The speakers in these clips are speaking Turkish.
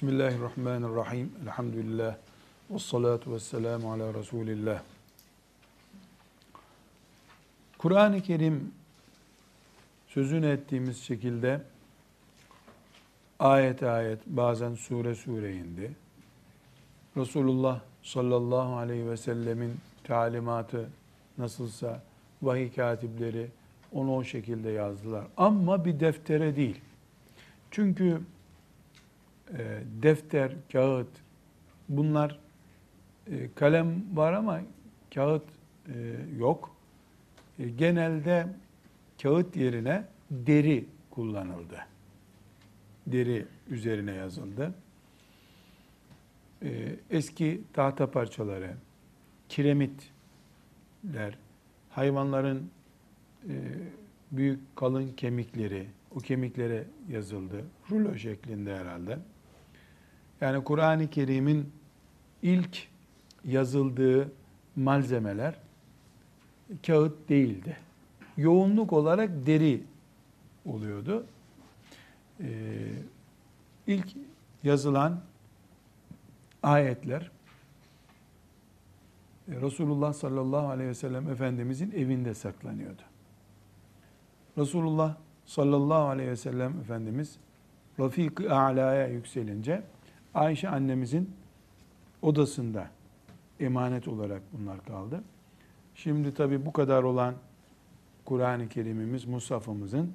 Bismillahirrahmanirrahim. Elhamdülillah. Vessalatu vesselamu ala Resulillah. Kur'an-ı Kerim sözünü ettiğimiz şekilde ayet ayet, bazen sure sure indi. Resulullah sallallahu aleyhi ve sellemin talimatı nasılsa vahiy katipleri onu o şekilde yazdılar. Ama bir deftere değil. Çünkü defter, kağıt, bunlar kalem var ama kağıt yok. Genelde kağıt yerine deri kullanıldı. Deri üzerine yazıldı. Eski tahta parçaları, kiremitler, hayvanların büyük kalın kemikleri, o kemiklere yazıldı. Rulo şeklinde herhalde. Yani Kur'an-ı Kerim'in ilk yazıldığı malzemeler kağıt değildi. Yoğunluk olarak deri oluyordu. İlk yazılan ayetler Resulullah sallallahu aleyhi ve sellem Efendimizin evinde saklanıyordu. Resulullah sallallahu aleyhi ve sellem Efendimiz Rafik-i A'la'ya yükselince Ayşe annemizin odasında emanet olarak bunlar kaldı. Şimdi tabi bu kadar olan Kur'an-ı Kerim'imiz, Mushaf'ımızın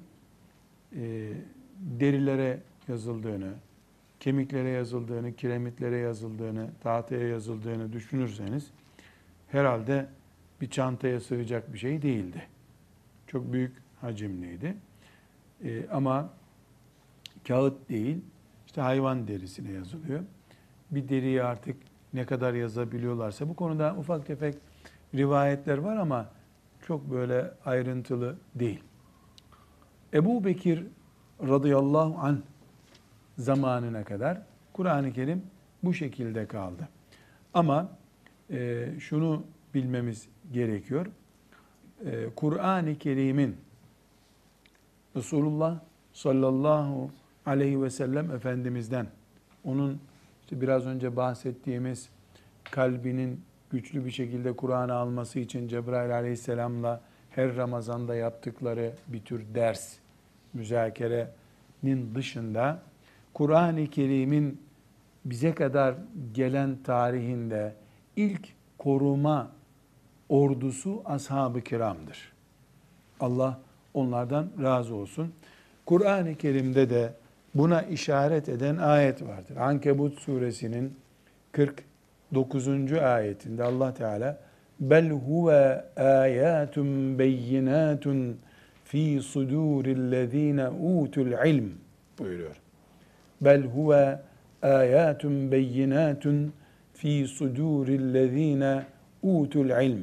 derilere yazıldığını, kemiklere yazıldığını, kiremitlere yazıldığını, tahtaya yazıldığını düşünürseniz herhalde bir çantaya sığacak bir şey değildi. Çok büyük hacimliydi. Ama kağıt değil, işte hayvan derisine yazılıyor. Bir deriyi artık ne kadar yazabiliyorlarsa, bu konuda ufak tefek rivayetler var ama çok böyle ayrıntılı değil. Ebu Bekir radıyallahu anh zamanına kadar Kur'an-ı Kerim bu şekilde kaldı. Ama şunu bilmemiz gerekiyor. Kur'an-ı Kerim'in Resulullah sallallahu aleyhi ve sellem Efendimiz'den, onun işte biraz önce bahsettiğimiz kalbinin güçlü bir şekilde Kur'an'ı alması için Cebrail aleyhisselamla her Ramazan'da yaptıkları bir tür ders, müzakerenin dışında Kur'an-ı Kerim'in bize kadar gelen tarihinde ilk koruma ordusu ashab-ı kiramdır. Allah onlardan razı olsun. Kur'an-ı Kerim'de de buna işaret eden ayet vardır. Ankebut suresinin 49. ayetinde Allah Teala bel huve ayatun beyinatun fi sudurillezine utul ilm buyuruyor. Bel huve ayatun beyinatun fi sudurillezine utul ilm.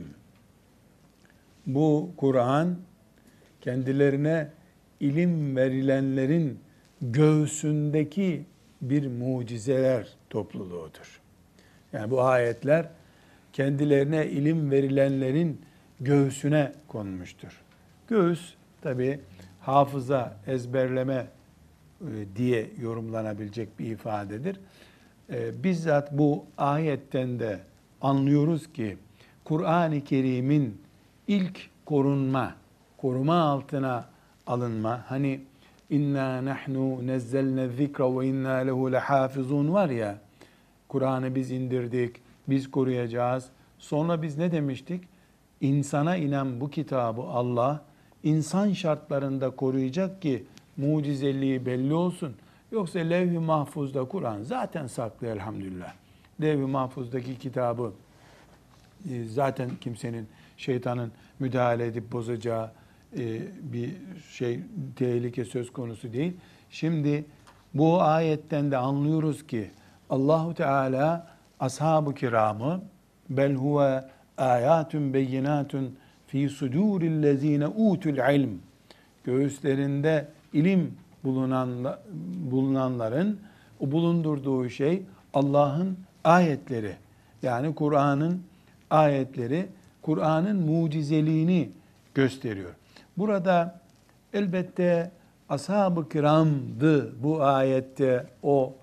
Bu Kur'an kendilerine ilim verilenlerin göğsündeki bir mucizeler topluluğudur. Yani bu ayetler kendilerine ilim verilenlerin göğsüne konmuştur. Göğüs tabi hafıza, ezberleme diye yorumlanabilecek bir ifadedir. Bizzat bu ayetten de anlıyoruz ki Kur'an-ı Kerim'in ilk koruma altına alınma, hani inna nahnu nezzelne zikra ve inna lehu lehafizun var ya, Kur'an'ı biz indirdik, biz koruyacağız. Sonra biz ne demiştik? İnsana inen bu kitabı Allah insan şartlarında koruyacak ki mucizeliği belli olsun. Yoksa levh-i mahfuzda Kur'an zaten saklı elhamdülillah. Levh-i mahfuzdaki kitabı zaten kimsenin, şeytanın müdahale edip bozacağı bir şey, tehlike söz konusu değil. Şimdi bu ayetten de anlıyoruz ki Allahu Teala ashab-ı kiramı bel huve ayatun beyinatun fi sudurillezine utul ilm, göğüslerinde ilim bulunanların o bulundurduğu şey Allah'ın ayetleri. Yani Kur'an'ın ayetleri Kur'an'ın mucizeliğini gösteriyor. Burada elbette ashab-ı kiramdı bu ayette o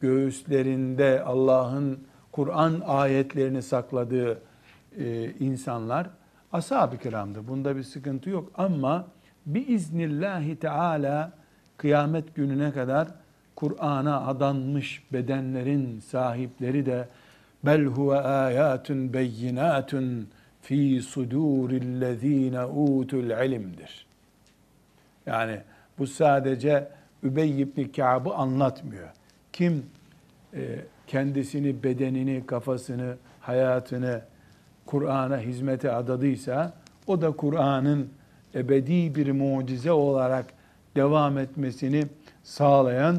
göğüslerinde Allah'ın Kur'an ayetlerini sakladığı insanlar ashab-ı kiramdı. Bunda bir sıkıntı yok ama biiznillahi teala kıyamet gününe kadar Kur'an'a adanmış bedenlerin sahipleri de bel huve ayatun beyinatun fi sudurillezine utul ilimdir. Yani bu sadece Übey ibn Ka'b'ı anlatmıyor. Kim kendisini, bedenini, kafasını, hayatını Kur'an'a hizmete adadıysa o da Kur'an'ın ebedi bir mucize olarak devam etmesini sağlayan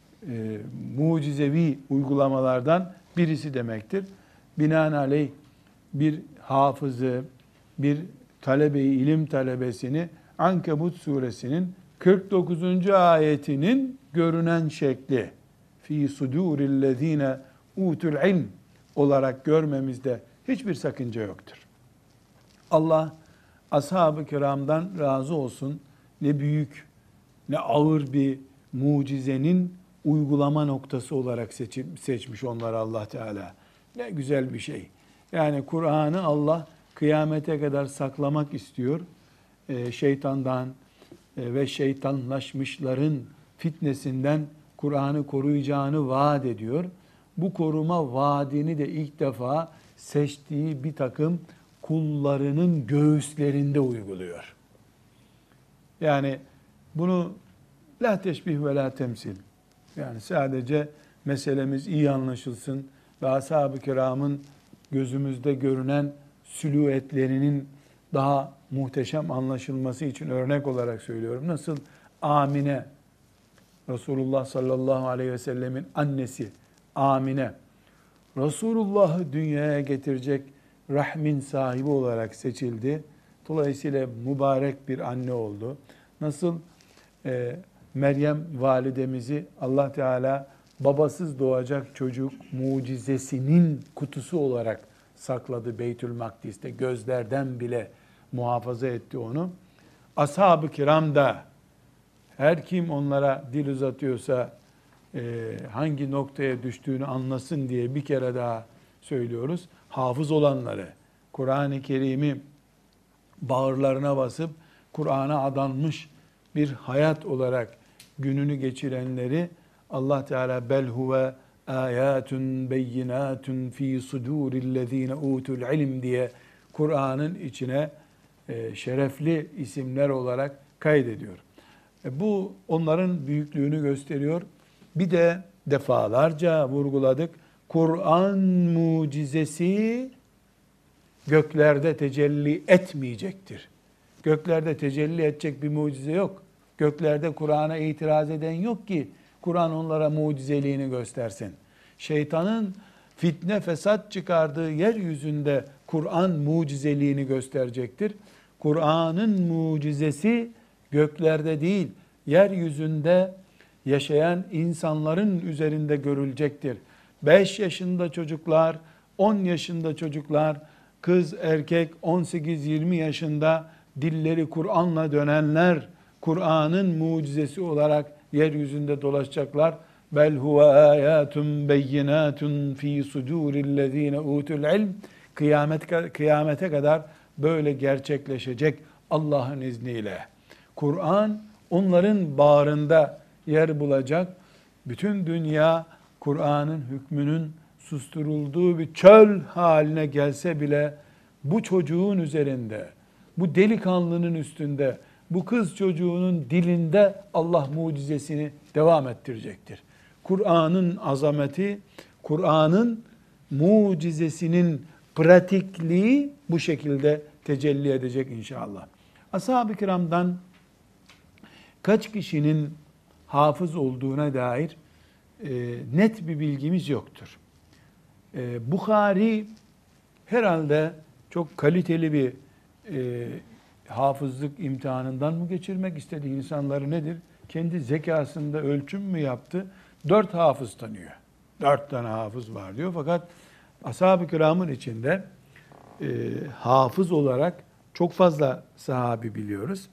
mucizevi uygulamalardan birisi demektir. Binaenaleyh bir hafızı, bir ilim talebesini Ankebut suresinin 49. ayetinin görünen şekli fi sudurillezine utul ilm olarak görmemizde hiçbir sakınca yoktur. Allah ashab-ı kiramdan razı olsun. Ne büyük, ne ağır bir mucizenin uygulama noktası olarak seçmiş onları Allah Teala. Ne güzel bir şey. Yani Kur'an'ı Allah kıyamete kadar saklamak istiyor. Şeytandan ve şeytanlaşmışların fitnesinden Kur'an'ı koruyacağını vaat ediyor. Bu koruma vaadini de ilk defa seçtiği bir takım kullarının göğüslerinde uyguluyor. Yani bunu la teşbih ve la temsil. Yani sadece meselemiz iyi anlaşılsın ve ashab-ı kiramın gözümüzde görünen silüetlerinin daha muhteşem anlaşılması için örnek olarak söylüyorum. Nasıl Amine, Resulullah sallallahu aleyhi ve sellemin annesi Amine, Resulullah'ı dünyaya getirecek rahmin sahibi olarak seçildi. Dolayısıyla mübarek bir anne oldu. Nasıl Meryem validemizi Allah Teala babasız doğacak çocuk mucizesinin kutusu olarak sakladı Beytül Makdis'te. Gözlerden bile muhafaza etti onu. Ashab-ı kiram da her kim onlara dil uzatıyorsa hangi noktaya düştüğünü anlasın diye bir kere daha söylüyoruz. Hafız olanları, Kur'an-ı Kerim'i bağırlarına basıp Kur'an'a adanmış bir hayat olarak gününü geçirenleri Allah Teala bel huve ayatun beyinatun fi sudurillezine utul ilim diye Kur'an'ın içine şerefli isimler olarak kaydediyor. Bu onların büyüklüğünü gösteriyor. Bir de defalarca vurguladık. Kur'an mucizesi göklerde tecelli etmeyecektir. Göklerde tecelli edecek bir mucize yok. Göklerde Kur'an'a itiraz eden yok ki Kur'an onlara mucizeliğini göstersin. Şeytanın fitne fesat çıkardığı yeryüzünde Kur'an mucizeliğini gösterecektir. Kur'an'ın mucizesi göklerde değil, yeryüzünde yaşayan insanların üzerinde görülecektir. 5 yaşında çocuklar, 10 yaşında çocuklar, kız erkek 18-20 yaşında dilleri Kur'an'la dönenler, Kur'an'ın mucizesi olarak yeryüzünde dolaşacaklar. Bel huve ayatun beyinatun fi sudurillezine utul ilm. Kıyamete kadar böyle gerçekleşecek Allah'ın izniyle. Kur'an onların bağrında yer bulacak. Bütün dünya Kur'an'ın hükmünün susturulduğu bir çöl haline gelse bile bu çocuğun üzerinde, bu delikanlının üstünde, bu kız çocuğunun dilinde Allah mucizesini devam ettirecektir. Kur'an'ın azameti, Kur'an'ın mucizesinin pratikliği bu şekilde tecelli edecek inşallah. Ashab-ı kiramdan kaç kişinin hafız olduğuna dair net bir bilgimiz yoktur. Bukhari herhalde çok kaliteli bir hafızlık imtihanından mı geçirmek istedi insanları nedir? Kendi zekasında ölçüm mü yaptı? 4 hafız tanıyor. 4 tane hafız var diyor. Fakat ashab-ı kiramın içinde hafız olarak çok fazla sahabi biliyoruz.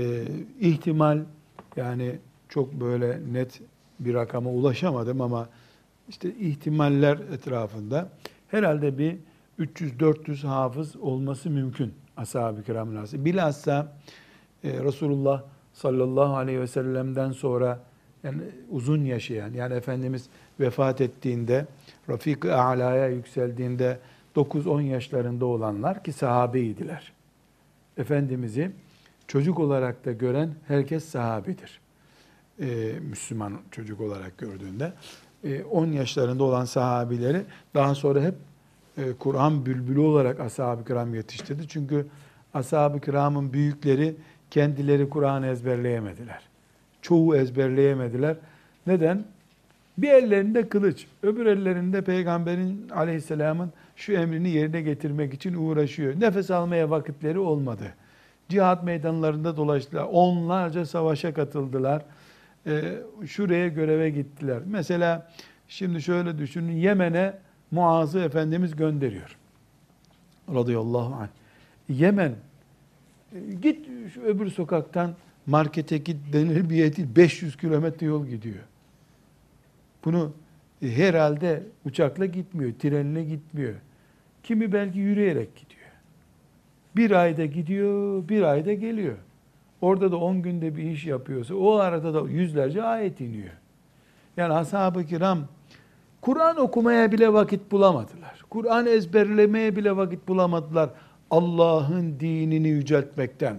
İhtimal yani çok böyle net bir rakama ulaşamadım ama işte ihtimaller etrafında herhalde bir 300-400 hafız olması mümkün ashab-ı kiramın arasında. Bilhassa Resulullah sallallahu aleyhi ve sellem'den sonra yani uzun yaşayan, yani Efendimiz vefat ettiğinde, Rafik-i A'la'ya yükseldiğinde 9-10 yaşlarında olanlar ki sahabeydiler. Efendimiz'i çocuk olarak da gören herkes sahabidir. Müslüman çocuk olarak gördüğünde. 10 yaşlarında olan sahabileri daha sonra hep Kur'an bülbülü olarak ashab-ı kiram yetiştirdi. Çünkü ashab-ı kiramın büyükleri kendileri Kur'an'ı ezberleyemediler. Çoğu ezberleyemediler. Neden? Bir ellerinde kılıç, öbür ellerinde Peygamberin aleyhisselamın şu emrini yerine getirmek için uğraşıyor. Nefes almaya vakitleri olmadı. Cihat meydanlarında dolaştılar. Onlarca savaşa katıldılar. Şuraya göreve gittiler. Mesela şimdi şöyle düşünün. Yemen'e Muaz'ı Efendimiz gönderiyor. Radıyallahu anh. Yemen, git şu öbür sokaktan markete git denir bir yer değil. 500 kilometre yol gidiyor. Bunu herhalde uçakla gitmiyor, trenle gitmiyor. Kimi belki yürüyerek gidiyor. Bir ayda gidiyor, bir ayda geliyor. Orada da 10 günde bir iş yapıyorsa o arada da yüzlerce ayet iniyor. Yani ashab-ı kiram Kur'an okumaya bile vakit bulamadılar. Kur'an ezberlemeye bile vakit bulamadılar. Allah'ın dinini yüceltmekten.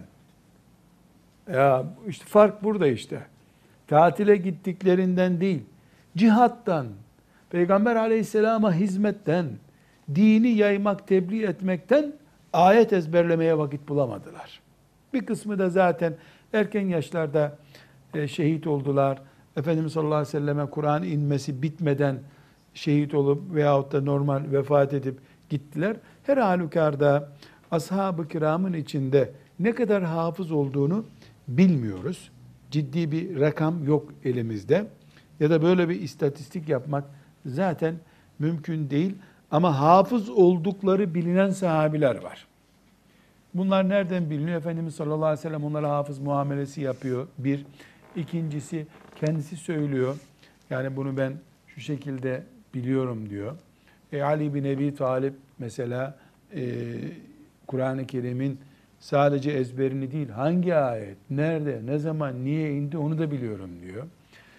Ya işte fark burada işte. Tatile gittiklerinden değil, cihattan, Peygamber aleyhisselama hizmetten, dini yaymak, tebliğ etmekten ayet ezberlemeye vakit bulamadılar. Bir kısmı da zaten erken yaşlarda şehit oldular. Efendimiz sallallahu aleyhi ve selleme Kur'an inmesi bitmeden şehit olup veyahut da normal vefat edip gittiler. Her halükarda ashab-ı kiramın içinde ne kadar hafız olduğunu bilmiyoruz. Ciddi bir rakam yok elimizde. Ya da böyle bir istatistik yapmak zaten mümkün değil. Ama hafız oldukları bilinen sahabiler var. Bunlar nereden biliniyor? Efendimiz sallallahu aleyhi ve sellem onlara hafız muamelesi yapıyor. Bir. İkincisi kendisi söylüyor. Yani bunu ben şu şekilde biliyorum diyor. Ali bin Ebi Talib mesela Kur'an-ı Kerim'in sadece ezberini değil, hangi ayet, nerede, ne zaman, niye indi onu da biliyorum diyor.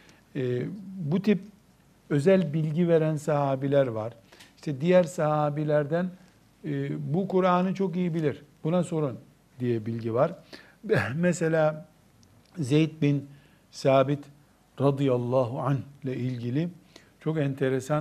Bu tip özel bilgi veren sahabiler var. İşte diğer sahabilerden bu Kur'an'ı çok iyi bilir, buna sorun diye bilgi var. Mesela Zeyd bin Sabit radıyallahu anh ile ilgili çok enteresan,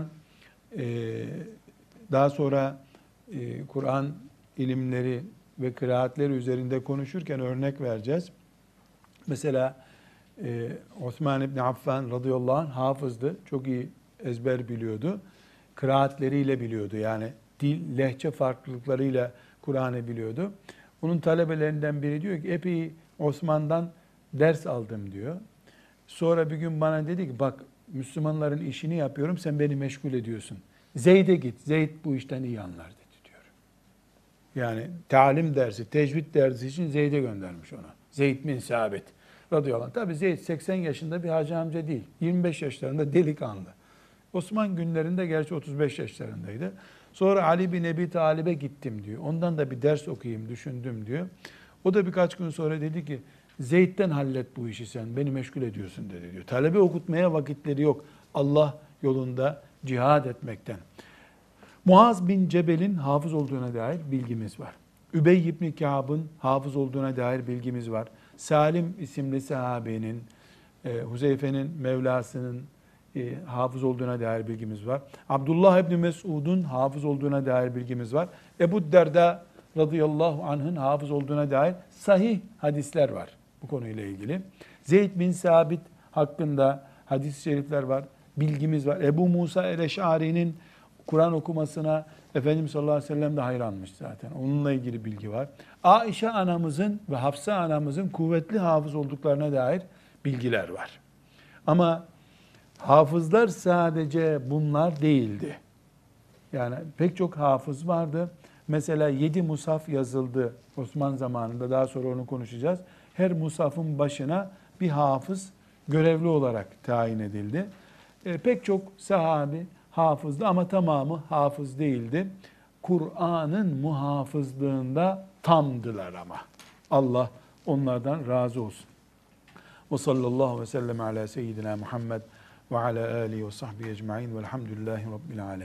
daha sonra Kur'an ilimleri ve kıraatleri üzerinde konuşurken örnek vereceğiz. Mesela Osman İbni Affan radıyallahu anh hafızdı. Çok iyi ezber biliyordu. Kıraatleriyle biliyordu. Yani dil, lehçe farklılıklarıyla Kur'an'ı biliyordu. Onun talebelerinden biri diyor ki epey Osman'dan ders aldım diyor. Sonra bir gün bana dedi ki bak Müslümanların işini yapıyorum, sen beni meşgul ediyorsun. Zeyd'e git. Zeyd bu işten iyi anlar dedi diyor. Yani talim dersi, tecvid dersi için Zeyd'e göndermiş ona. Zeyd bin Sabit radıyallahu anh. Tabi Zeyd 80 yaşında bir hacı amca değil. 25 yaşlarında delikanlı. Osman günlerinde gerçi 35 yaşlarındaydı. Sonra Ali bin Ebi Talib'e gittim diyor. Ondan da bir ders okuyayım düşündüm diyor. O da birkaç gün sonra dedi ki Zeyd'den hallet bu işi sen, beni meşgul ediyorsun dedi diyor. Talebe okutmaya vakitleri yok. Allah yolunda cihad etmekten. Muaz bin Cebel'in hafız olduğuna dair bilgimiz var. Übey ibn Kâb'ın hafız olduğuna dair bilgimiz var. Salim isimli sahabenin, Huzeyfe'nin Mevlasının hafız olduğuna dair bilgimiz var. Abdullah ibn Mesud'un hafız olduğuna dair bilgimiz var. Ebu Derda radıyallahu anh'ın hafız olduğuna dair sahih hadisler var bu konuyla ilgili. Zeyd bin Sabit hakkında hadis-i şerifler var, bilgimiz var. Ebu Musa el-Eş'ari'nin Kur'an okumasına Efendimiz sallallahu aleyhi ve sellem de hayranmış zaten. Onunla ilgili bilgi var. Aişe anamızın ve Hafsa anamızın kuvvetli hafız olduklarına dair bilgiler var. Ama hafızlar sadece bunlar değildi. Yani pek çok hafız vardı. Mesela 7 musaf yazıldı Osman zamanında. Daha sonra onu konuşacağız. Her musafın başına bir hafız görevli olarak tayin edildi. Pek çok sahabi hafızdı ama tamamı hafız değildi. Kur'an'ın muhafızlığında tamdılar ama. Allah onlardan razı olsun. Ve sallallahu ve sellem ala seyyidina Muhammed ve ala alihi ve sahbihi ecma'in velhamdülillahi rabbil alemin.